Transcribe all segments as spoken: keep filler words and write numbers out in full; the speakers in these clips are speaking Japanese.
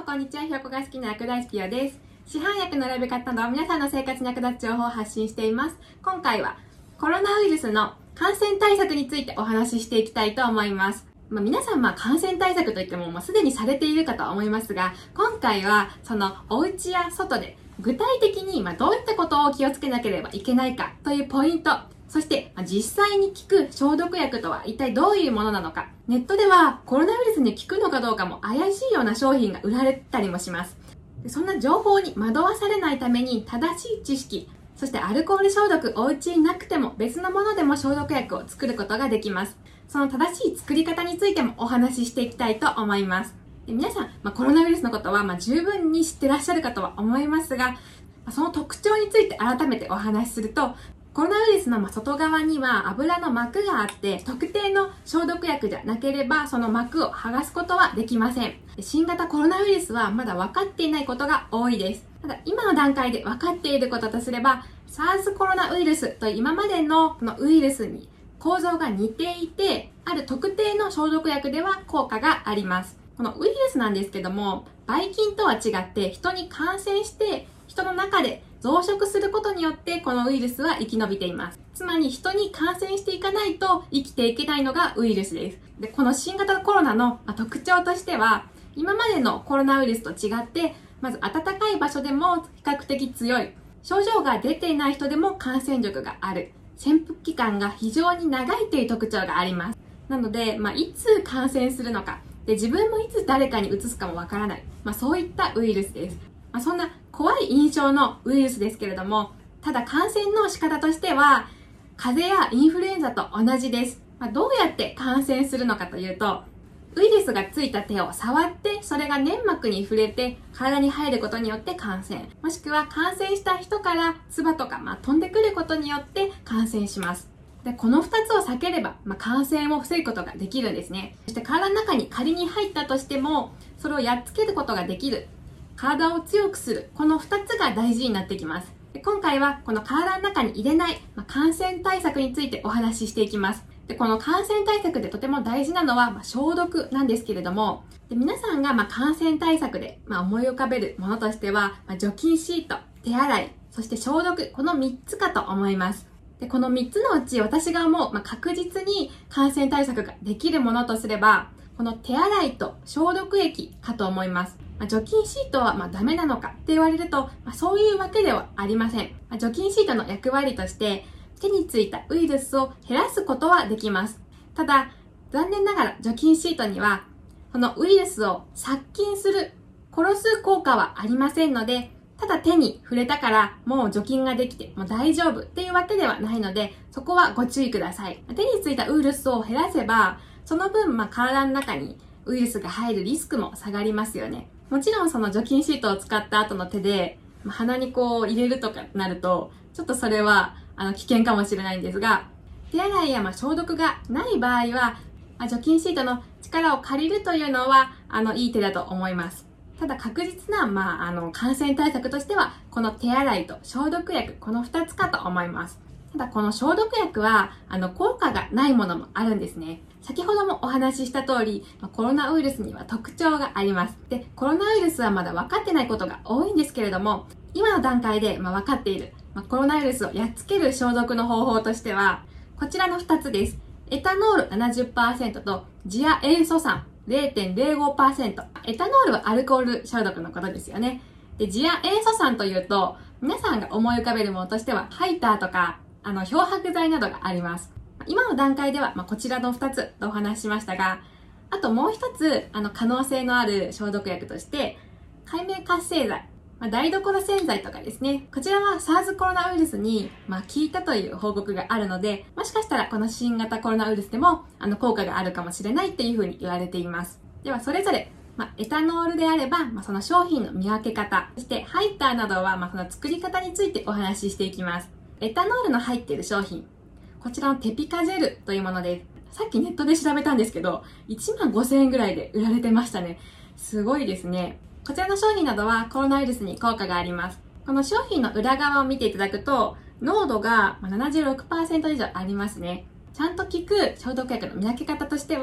こんにちは。ひよこが好きな薬大好きよです。市販薬の選び方など皆さんの生活に役立つ情報を発信しています。今回はコロナウイルスの感染対策についてお話ししていきたいと思います。まあ、皆さんまあ感染対策といっても、まあ、すでにされているかとは思いますが、今回はそのお家や外で具体的にまあどういったことを気をつけなければいけないかというポイント、そして実際に効く消毒薬とは一体どういうものなのか。ネットではコロナウイルスに効くのかどうかも怪しいような商品が売られたりもします。そんな情報に惑わされないために正しい知識、そしてアルコール消毒お家になくても別のものでも消毒薬を作ることができます。その正しい作り方についてもお話ししていきたいと思います。で皆さん、まあ、コロナウイルスのことはまあ十分に知ってらっしゃるかとは思いますが、その特徴について改めてお話しすると、コロナウイルスの外側には油の膜があって、特定の消毒薬じゃなければその膜を剥がすことはできません。新型コロナウイルスはまだ分かっていないことが多いです。ただ今の段階で分かっていることとすれば、SARS コロナウイルスという今までのこのウイルスに構造が似ていて、ある特定の消毒薬では効果があります。このウイルスなんですけども、ばい菌とは違って人に感染して人の中で増殖することによってこのウイルスは生き延びています。つまり人に感染していかないと生きていけないのがウイルスです。で、この新型コロナの特徴としては、今までのコロナウイルスと違って、まず暖かい場所でも比較的強い。症状が出ていない人でも感染力がある。潜伏期間が非常に長いという特徴があります。なので、まあ、いつ感染するのか。で、自分もいつ誰かに移すかもわからない。まあ、そういったウイルスです。まあ、そんな怖い印象のウイルスですけれども、ただ感染の仕方としては、風邪やインフルエンザと同じです。まあ、どうやって感染するのかというと、ウイルスがついた手を触って、それが粘膜に触れて体に入ることによって感染。もしくは感染した人から唾とか、まあ、飛んでくることによって感染します。で、この二つを避ければ、まあ、感染を防ぐことができるんですね。そして体の中に仮に入ったとしても、それをやっつけることができる。体を強くする。この二つが大事になってきます。で今回はこの体の中に入れない、まあ、感染対策についてお話ししていきます。でこの感染対策でとても大事なのは、まあ、消毒なんですけれども、で皆さんがまあ感染対策でまあ思い浮かべるものとしては、まあ、除菌シート、手洗い、そして消毒、このみっつかと思います。でこのみっつのうち私が思う、まあ、確実に感染対策ができるものとすれば、この手洗いと消毒液かと思います。まあ、除菌シートはまあダメなのかって言われると、まあ、そういうわけではありません。まあ、除菌シートの役割として手についたウイルスを減らすことはできます。ただ、残念ながら除菌シートにはこのウイルスを殺菌する、殺す効果はありませんので、ただ手に触れたからもう除菌ができてもう大丈夫っていうわけではないので、そこはご注意ください。手についたウイルスを減らせば、その分まあ体の中にウイルスが入るリスクも下がりますよね。もちろんその除菌シートを使った後の手で鼻にこう入れるとかなると、ちょっとそれはあの危険かもしれないんですが、手洗いやまあ消毒がない場合は、まあ、除菌シートの力を借りるというのはあのいい手だと思います。ただ確実な、まあ、あの感染対策としてはこの手洗いと消毒薬、このふたつかと思います。ただこの消毒薬はあの効果がないものもあるんですね。先ほどもお話しした通り、コロナウイルスには特徴があります。で、コロナウイルスはまだ分かってないことが多いんですけれども、今の段階でまあ分かっている、まあ、コロナウイルスをやっつける消毒の方法としては、こちらのふたつです。エタノール ななじゅっパーセント と次亜塩素酸 ゼロてんゼロごパーセント。エタノールはアルコール消毒のことですよね。で、次亜塩素酸というと、皆さんが思い浮かべるものとしては、ハイターとか、あの、漂白剤などがあります。今の段階では、まあ、こちらのふたつとお話ししましたが、あともう一つ、あの、可能性のある消毒薬として、界面活性剤、まあ、台所洗剤とかですね。こちらは SARS コロナウイルスに、まあ、効いたという報告があるので、もしかしたらこの新型コロナウイルスでも、あの、効果があるかもしれないっていうふうに言われています。では、それぞれ、まあ、エタノールであれば、まあ、その商品の見分け方、そしてハイターなどは、まあ、その作り方についてお話ししていきます。エタノールの入っている商品、こちらのテピカジェルというものです。さっきネットで調べたんですけど、いちまんごせんえんぐらいで売られてましたね。すごいですね。こちらの商品などはコロナウイルスに効果があります。この商品の裏側を見ていただくと、濃度が ななじゅうろくパーセント 以上ありますね。ちゃんと効く消毒薬の見分け方としては、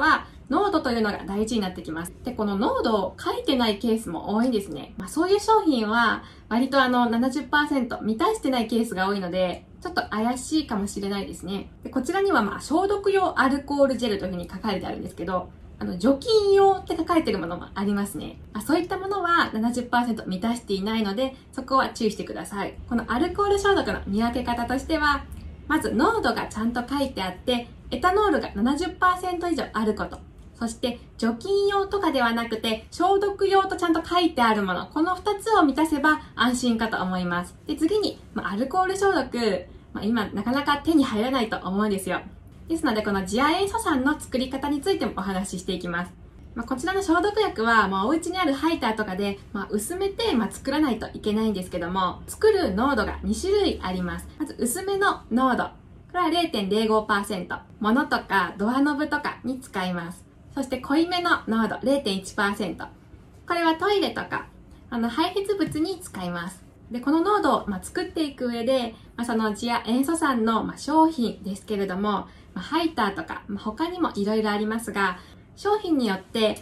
濃度というのが大事になってきます。で、この濃度を書いてないケースも多いんですね。まあ、そういう商品は割とあの ななじゅっパーセント 満たしてないケースが多いので、ちょっと怪しいかもしれないですね。で、こちらにはまあ消毒用アルコールジェルというふうに書かれてあるんですけど、あの除菌用って書かれているものもありますね。まあ、そういったものは ななじゅっパーセント 満たしていないので、そこは注意してください。このアルコール消毒の見分け方としては、まず濃度がちゃんと書いてあって、エタノールが ななじゅっパーセント 以上あること。そして除菌用とかではなくて消毒用とちゃんと書いてあるもの。このふたつを満たせば安心かと思います。で、次に、まあ、アルコール消毒。まあ、今なかなか手に入らないと思うんですよ。ですのでこの次亜塩素酸の作り方についてもお話ししていきます。まあ、こちらの消毒薬は、まあ、お家にあるハイターとかで、まあ、薄めて、まあ、作らないといけないんですけども、作る濃度がに種類あります。まず薄めの濃度。これは れいてんぜろごパーセント。物とかドアノブとかに使います。そして濃いめの濃度 れいてんいちパーセント。これはトイレとか、あの、排泄物に使います。で、この濃度を、まあ、作っていく上で、まあ、その次亜塩素酸の、まあ、商品ですけれども、まあ、ハイターとか、まあ、他にもいろいろありますが、商品によって、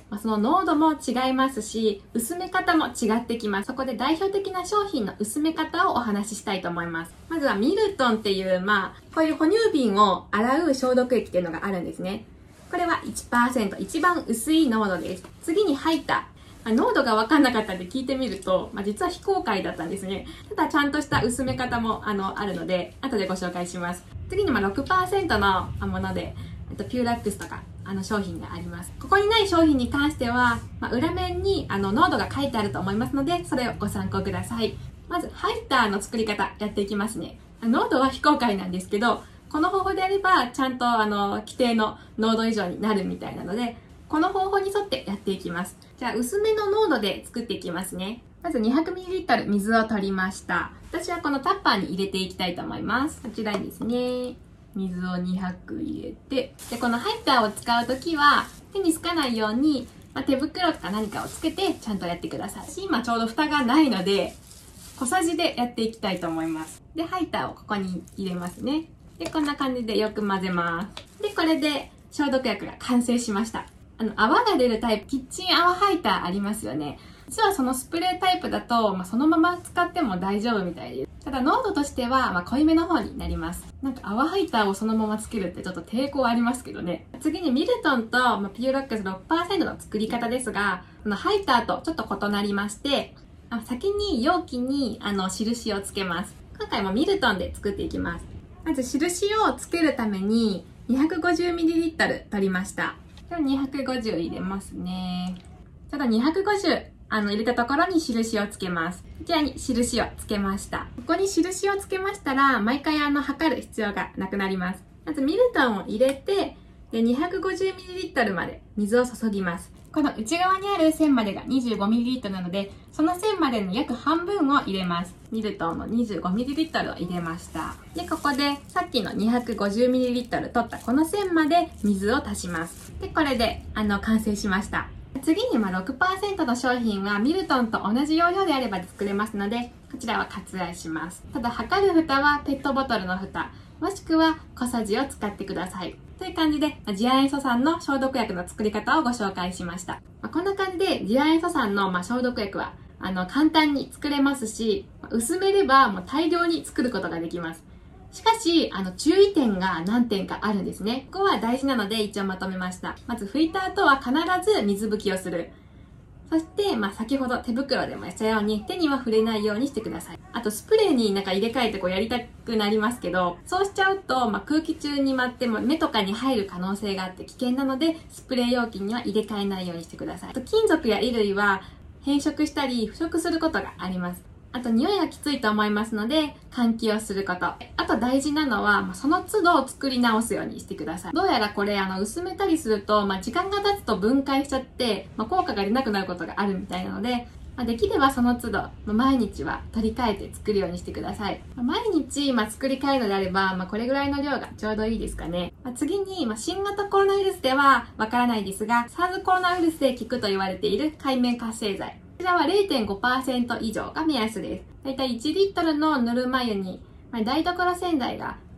まあ、その濃度も違いますし、薄め方も違ってきます。そこで代表的な商品の薄め方をお話ししたいと思います。まずはミルトンっていう、まあ、こういう哺乳瓶を洗う消毒液っていうのがあるんですね。これは いちパーセント、一番薄い濃度です。次にハイター。まあ、濃度が分かんなかったんで聞いてみると、まあ、実は非公開だったんですね。ただちゃんとした薄め方もあのあるので、後でご紹介します。次にまあ ろくパーセント のもので、ピューラックスとかあの商品があります。ここにない商品に関しては、まあ、裏面にあの濃度が書いてあると思いますので、それをご参考ください。まずハイターの作り方やっていきますね。濃度は非公開なんですけど、この方法であればちゃんとあの規定の濃度以上になるみたいなので、この方法に沿ってやっていきます。じゃあ薄めの濃度で作っていきますね。まず にひゃくミリリットル 水を取りました。私はこのタッパーに入れていきたいと思います。こちらにですね、水をにひゃく入れて、でこのハイターを使うときは手につかないように、まあ、手袋とか何かをつけてちゃんとやってください。私今ちょうど蓋がないので、小さじでやっていきたいと思います。で、ハイターをここに入れますね。で、こんな感じでよく混ぜます。で、これで消毒薬が完成しました。あの、泡が出るタイプ、キッチン泡ハイターありますよね。実はそのスプレータイプだと、まあ、そのまま使っても大丈夫みたいです。ただ濃度としては、まあ、濃いめの方になります。なんか泡ハイターをそのままつけるってちょっと抵抗ありますけどね。次にミルトンと、まあ、ピューロックス ろくパーセント の作り方ですが、このハイターとちょっと異なりまして、あ先に容器にあの印をつけます。今回もミルトンで作っていきます。まず印をつけるために にひゃくごじゅうミリリットル 取りました。にひゃくごじゅう入れますね。ちょっとにひゃくごじゅうあの入れたところに印をつけます。こちらに印をつけました。ここに印をつけましたら、毎回あの測る必要がなくなります。まずミルトンを入れて、で にひゃくごじゅうミリリットル まで水を注ぎます。この内側にある線までが にじゅうごミリリットル なので、その線までの約半分を入れます。ミルトンの にじゅうごミリリットル を入れました。で、ここでさっきの にひゃくごじゅうミリリットル 取ったこの線まで水を足します。で、これであの完成しました。次にまあ ろくパーセント の商品はミルトンと同じ要領であれば作れますので、こちらは割愛します。ただ測る蓋はペットボトルの蓋、もしくは小さじを使ってください。という感じで、次亜塩素酸の消毒薬の作り方をご紹介しました。まあ、こんな感じで次亜塩素酸のまあ消毒薬はあの簡単に作れますし、薄めればもう大量に作ることができます。しかし、あの、注意点が何点かあるんですね。ここは大事なので一応まとめました。まず、拭いた後は必ず水拭きをする。そして、まあ、先ほど手袋でもやったように手には触れないようにしてください。あと、スプレーになんか入れ替えてこうやりたくなりますけど、そうしちゃうと、まあ、空気中に舞っても目とかに入る可能性があって危険なので、スプレー容器には入れ替えないようにしてください。あと、金属や衣類は変色したり腐食することがあります。あと匂いがきついと思いますので換気をすること。あと大事なのは、まあ、その都度作り直すようにしてください。どうやらこれあの薄めたりすると、まあ、時間が経つと分解しちゃって、まあ、効果が出なくなることがあるみたいなので、まあ、できればその都度、まあ、毎日は取り替えて作るようにしてください。まあ、毎日、まあ、作り替えるのであれば、まあ、これぐらいの量がちょうどいいですかね。まあ、次に、まあ、新型コロナウイルスではわからないですが SARS コロナウイルスで効くと言われている界面活性剤、こちらは れいてんごパーセント 以上が目安です。だいたいいちリットルのぬるま湯に、まあ、台所洗剤が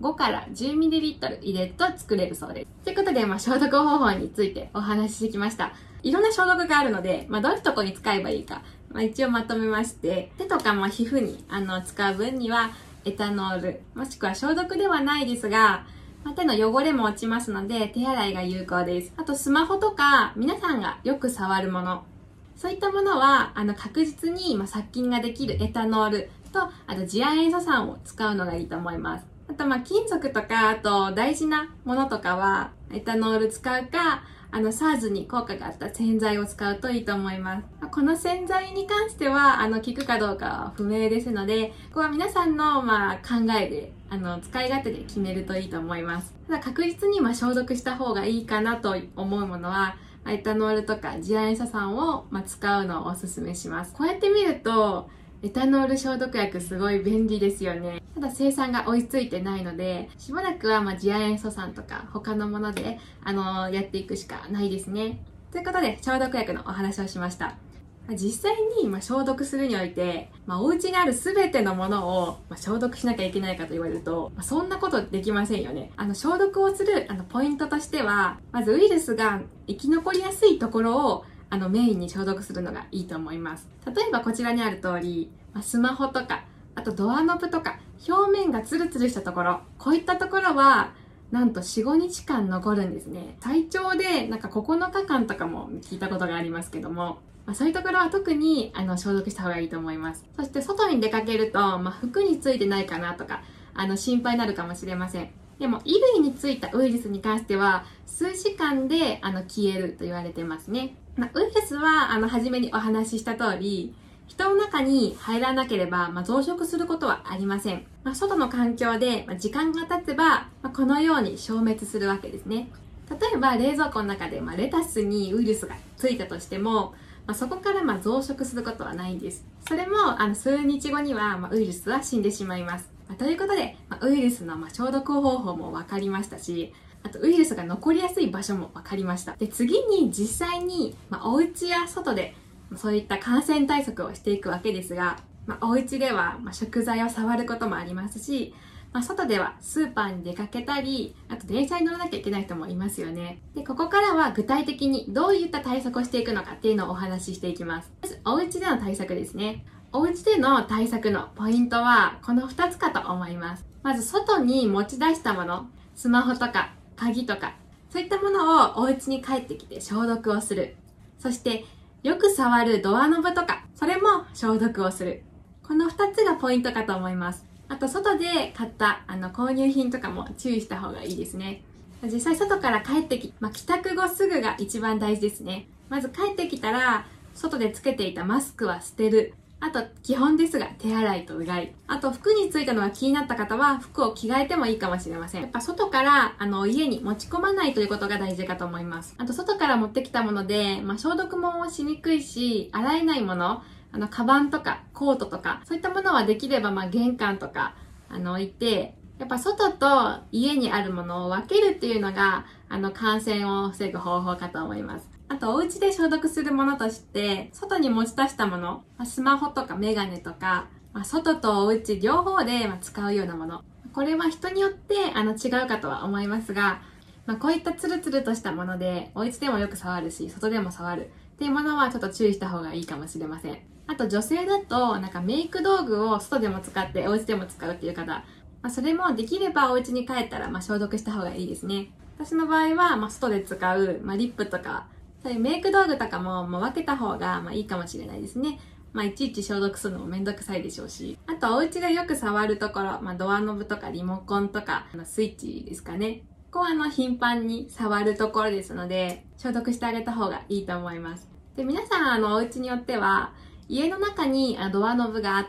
ごからじゅうミリリットル入れると作れるそうです。ということで、まあ、消毒方法についてお話ししてきました。いろんな消毒があるので、まあ、どういうとこに使えばいいか、まあ、一応まとめまして、手とかまあ皮膚にあの使う分にはエタノール、もしくは消毒ではないですが、まあ、手の汚れも落ちますので手洗いが有効です。あとスマホとか皆さんがよく触るもの、そういったものはあの確実にまあ殺菌ができるエタノールと、あと次亜塩素酸を使うのがいいと思います。あとまあ金属とか、あと大事なものとかはエタノール使うか、あの SARS に効果があった洗剤を使うといいと思います。この洗剤に関してはあの効くかどうかは不明ですので、ここは皆さんのまあ考えであの使い勝手で決めるといいと思います。ただ確実にまあ消毒した方がいいかなと思うものはエタノールとか次亜塩素酸をまあ使うのをおすすめします。こうやって見るとエタノール消毒薬すごい便利ですよね。ただ生産が追いついてないので、しばらくはまあ次亜塩素酸とか他のもので、あのー、やっていくしかないですね。ということで消毒薬のお話をしました。実際にまあ消毒するにおいて、まあ、お家にある全てのものをまあ消毒しなきゃいけないかと言われると、まあ、そんなことできませんよね。あの消毒をするあのポイントとしては、まずウイルスが生き残りやすいところをあのメインに消毒するのがいいと思います。例えばこちらにある通り、スマホとか、あとドアノブとか、表面がツルツルしたところ、こういったところは、なんとよん、ごにちかん残るんですね。最長でなんかここのかかんとかも聞いたことがありますけども、まあ、そういうところは特にあの消毒した方がいいと思います。そして外に出かけると、まあ、服についてないかなとか、あの心配になるかもしれません。でも衣類についたウイルスに関しては、数時間であの消えると言われてますね。まあ、ウイルスはあの初めにお話しした通り、人の中に入らなければ、まあ、増殖することはありません。まあ、外の環境で、まあ、時間が経てば、まあ、このように消滅するわけですね。例えば冷蔵庫の中で、まあ、レタスにウイルスがついたとしても、まあ、そこからまあ増殖することはないんです。それもあの数日後には、まあ、ウイルスは死んでしまいます。まあ、ということで、まあ、ウイルスのまあ消毒方法も分かりましたし、あとウイルスが残りやすい場所も分かりました。で、次に実際に、まあ、お家や外でそういった感染対策をしていくわけですが、まあ、お家ではまあ食材を触ることもありますし、まあ、外ではスーパーに出かけたり、あと電車に乗らなきゃいけない人もいますよね。で、ここからは具体的にどういった対策をしていくのかっていうのをお話ししていきます。まず、お家での対策ですね。お家での対策のポイントはこのふたつかと思います。まず、外に持ち出したもの、スマホとか鍵とか、そういったものをお家に帰ってきて消毒をする。そして、よく触るドアノブとか、それも消毒をする。このふたつがポイントかと思います。あと、外で買ったあの購入品とかも注意した方がいいですね。実際外から帰ってき、まあ、帰宅後すぐが一番大事ですね。まず帰ってきたら、外でつけていたマスクは捨てる。あと、基本ですが、手洗いとうがい。あと、服についたのが気になった方は、服を着替えてもいいかもしれません。やっぱ外から、あの、家に持ち込まないということが大事かと思います。あと、外から持ってきたもので、まあ、消毒もしにくいし、洗えないもの、あの、カバンとか、コートとか、そういったものはできれば、まあ、玄関とか、あの、置いて、やっぱ外と家にあるものを分けるっていうのが、あの、感染を防ぐ方法かと思います。あと、お家で消毒するものとして、外に持ち出したもの、スマホとかメガネとか、まあ、外とお家両方で使うようなもの。これは人によってあの違うかとは思いますが、まあ、こういったツルツルとしたもので、お家でもよく触るし、外でも触るっていうものはちょっと注意した方がいいかもしれません。あと、女性だと、なんかメイク道具を外でも使って、お家でも使うっていう方、まあ、それもできればお家に帰ったら、まあ、消毒した方がいいですね。私の場合は、まあ、外で使う、まあ、リップとか、そういうメイク道具とかも、まあ、分けた方が、まあ、いいかもしれないですね。まあ、いちいち消毒するのもめんどくさいでしょうし。あと、お家でよく触るところ、まあ、ドアノブとかリモコンとか、あのスイッチですかね。ここは、あの、頻繁に触るところですので、消毒してあげた方がいいと思います。で、皆さん、あの、お家によっては、家の中にドアノブがあって、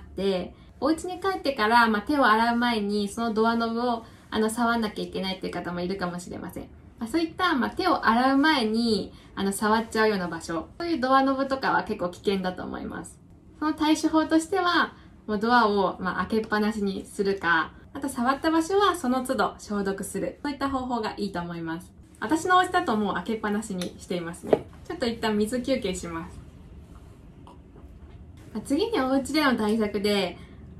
お家に帰ってから、まあ、手を洗う前に、そのドアノブを、あの、触んなきゃいけないっていう方もいるかもしれません。まあ、そういった、まあ、手を洗う前に、あの、触っちゃうような場所、そういうドアノブとかは結構危険だと思います。その対処法としては、もうドアを、まあ、開けっぱなしにするか、あと触った場所はその都度消毒する。そういった方法がいいと思います。私のお家だともう開けっぱなしにしていますね。ちょっと一旦水休憩します。次にお家での対策で、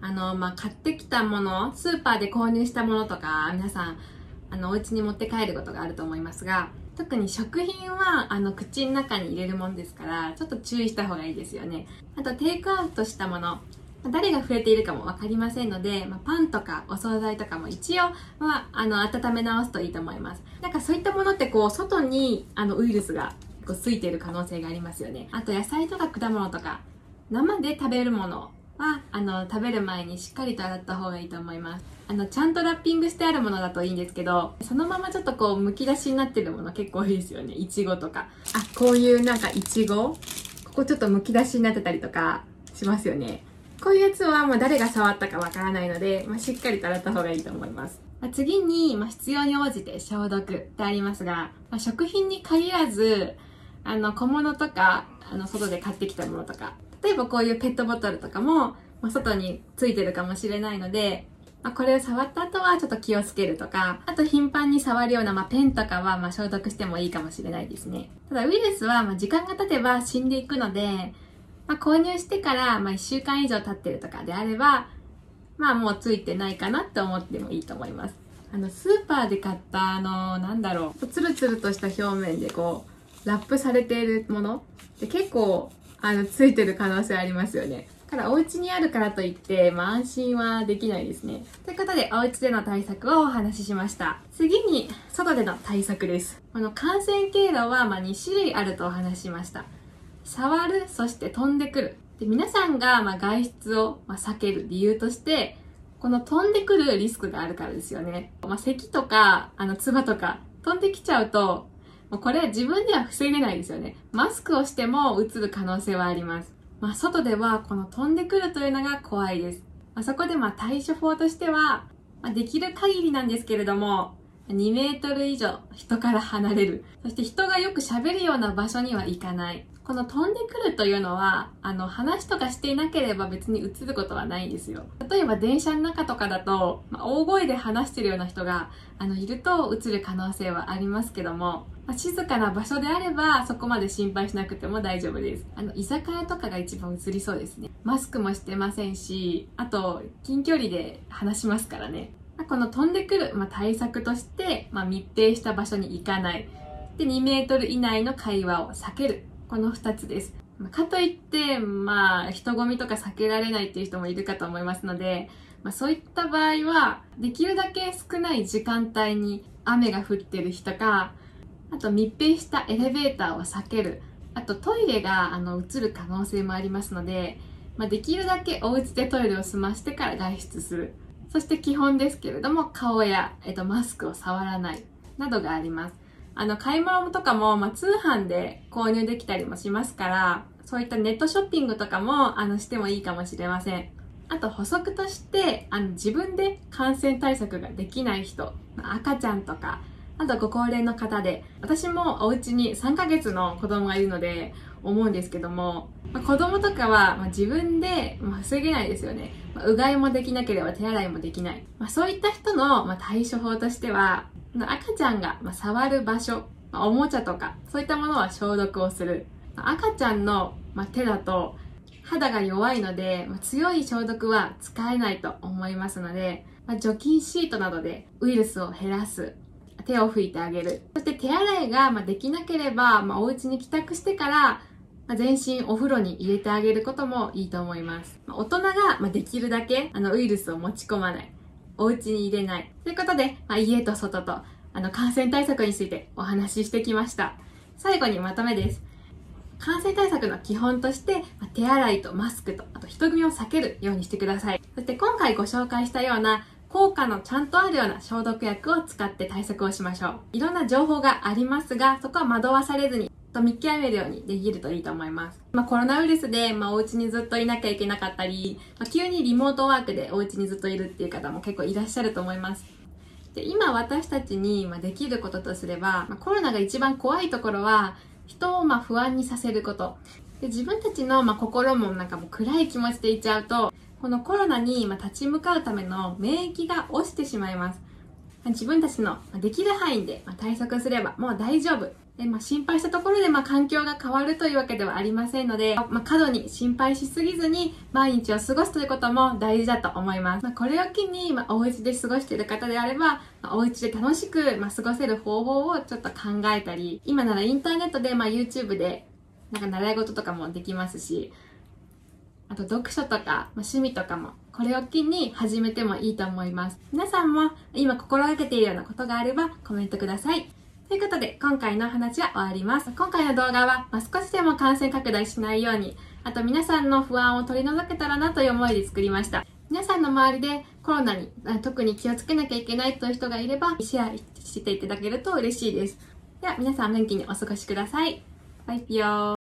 あの、まあ、買ってきたもの、スーパーで購入したものとか、皆さん、あの、お家に持って帰ることがあると思いますが、特に食品は、あの、口の中に入れるもんですから、ちょっと注意した方がいいですよね。あと、テイクアウトしたもの、誰が触れているかもわかりませんので、まあ、パンとかお惣菜とかも一応は、あの、温め直すといいと思います。なんかそういったものってこう、外に、あの、ウイルスがこうついている可能性がありますよね。あと、野菜とか果物とか、生で食べるものは、あの、食べる前にしっかりと洗った方がいいと思います。あの、ちゃんとラッピングしてあるものだといいんですけど、そのままちょっとこう、むき出しになってるもの結構多いですよね。いちごとか。あ、こういうなんかいちごここちょっとむき出しになってたりとかしますよね。こういうやつはもう誰が触ったかわからないので、まあ、しっかりと洗った方がいいと思います。まあ、次に、まあ、必要に応じて消毒ってありますが、まあ、食品に限らず、あの、小物とか、あの、外で買ってきたものとか、例えばこういうペットボトルとかも、まあ、外についてるかもしれないので、まあ、これを触った後はちょっと気をつけるとか、あと頻繁に触るような、まあ、ペンとかはまあ消毒してもいいかもしれないですね。ただウイルスはまあ時間が経てば死んでいくので、まあ、購入してからまあいっしゅうかん以上経ってるとかであれば、まあもうついてないかなって思ってもいいと思います。あの、スーパーで買ったあの、なんだろう、ツルツルとした表面でこう、ラップされているものって結構、あの、ついてる可能性ありますよね。だからお家にあるからといって、まあ安心はできないですね。ということで、お家での対策をお話ししました。次に、外での対策です。この感染経路はまあに種類あるとお話ししました。触る、そして飛んでくる。で、皆さんがまあ外出をまあ避ける理由として、この飛んでくるリスクがあるからですよね。まあ、咳とか、あの、唾とか飛んできちゃうと、もうこれ自分では防げないですよね。マスクをしてもうつる可能性はあります。まあ、外ではこの飛んでくるというのが怖いです。まあ、そこでまあ対処法としては、まあ、できる限りなんですけれども、にメートル以上人から離れる。そして人がよく喋るような場所には行かない。この飛んでくるというのは、あの、話とかしていなければ別に映ることはないんですよ。例えば電車の中とかだと、まあ、大声で話してるような人が、あの、いると映る可能性はありますけども、まあ、静かな場所であれば、そこまで心配しなくても大丈夫です。あの、居酒屋とかが一番映りそうですね。マスクもしてませんし、あと、近距離で話しますからね。この飛んでくる、まあ、対策として、まあ、密閉した場所に行かない。で、にメートル以内の会話を避ける。このふたつです。かといって、まあ、人混みとか避けられないっていう人もいるかと思いますので、まあ、そういった場合は、できるだけ少ない時間帯に雨が降ってる日とか、あと密閉したエレベーターを避ける。あとトイレがあの映る可能性もありますので、まあ、できるだけお家でトイレを済ましてから外出する。そして基本ですけれども、顔や、えっと、マスクを触らない。などがあります。あの、買い物とかも、まあ、通販で購入できたりもしますから、そういったネットショッピングとかも、あの、してもいいかもしれません。あと補足として、あの、自分で感染対策ができない人、赤ちゃんとか、あとご高齢の方で、私もお家にさんかげつの子供がいるので思うんですけども、まあ、子供とかは、まあ、自分で、まあ、防げないですよね。まあ、うがいもできなければ手洗いもできない。まあ、そういった人の、まあ、対処法としては、赤ちゃんが、まあ、触る場所、まあ、おもちゃとか、そういったものは消毒をする。まあ、赤ちゃんの、まあ、手だと肌が弱いので、まあ、強い消毒は使えないと思いますので、まあ、除菌シートなどでウイルスを減らす。手を拭いてあげる。そして手洗いができなければ、まあ、お家に帰宅してから、まあ、全身お風呂に入れてあげることもいいと思います。まあ、大人ができるだけあのウイルスを持ち込まない。お家に入れない。ということで、まあ、家と外とあの感染対策についてお話ししてきました。最後にまとめです。感染対策の基本として、まあ、手洗いとマスクと、あと人混みを避けるようにしてください。そして今回ご紹介したような効果のちゃんとあるような消毒薬を使って対策をしましょう。いろんな情報がありますが、そこは惑わされずにと見極めるようにできるといいと思います。まあ、コロナウイルスで、まあ、お家にずっといなきゃいけなかったり、まあ、急にリモートワークでお家にずっといるっていう方も結構いらっしゃると思います。で、今私たちにまあできることとすれば、まあ、コロナが一番怖いところは人をまあ不安にさせること。で、自分たちのまあ心もなんかもう暗い気持ちでいちゃうと、このコロナに立ち向かうための免疫が落ちてしまいます。自分たちのできる範囲で対策すればもう大丈夫で、まあ、心配したところで、まあ、環境が変わるというわけではありませんので、まあ、過度に心配しすぎずに毎日を過ごすということも大事だと思います。まあ、これを機に、まあ、お家で過ごしている方であれば、まあ、お家で楽しく、まあ、過ごせる方法をちょっと考えたり、今ならインターネットで、まあ、YouTube で、なんか習い事とかもできますし、あと読書とか、まあ、趣味とかも、これを機に始めてもいいと思います。皆さんも今心がけているようなことがあればコメントください。ということで、今回の話は終わります。今回の動画は、まあ、少しでも感染拡大しないように、あと皆さんの不安を取り除けたらなという思いで作りました。皆さんの周りでコロナに特に気をつけなきゃいけないという人がいれば、シェアしていただけると嬉しいです。では皆さん元気にお過ごしください。バイピヨー。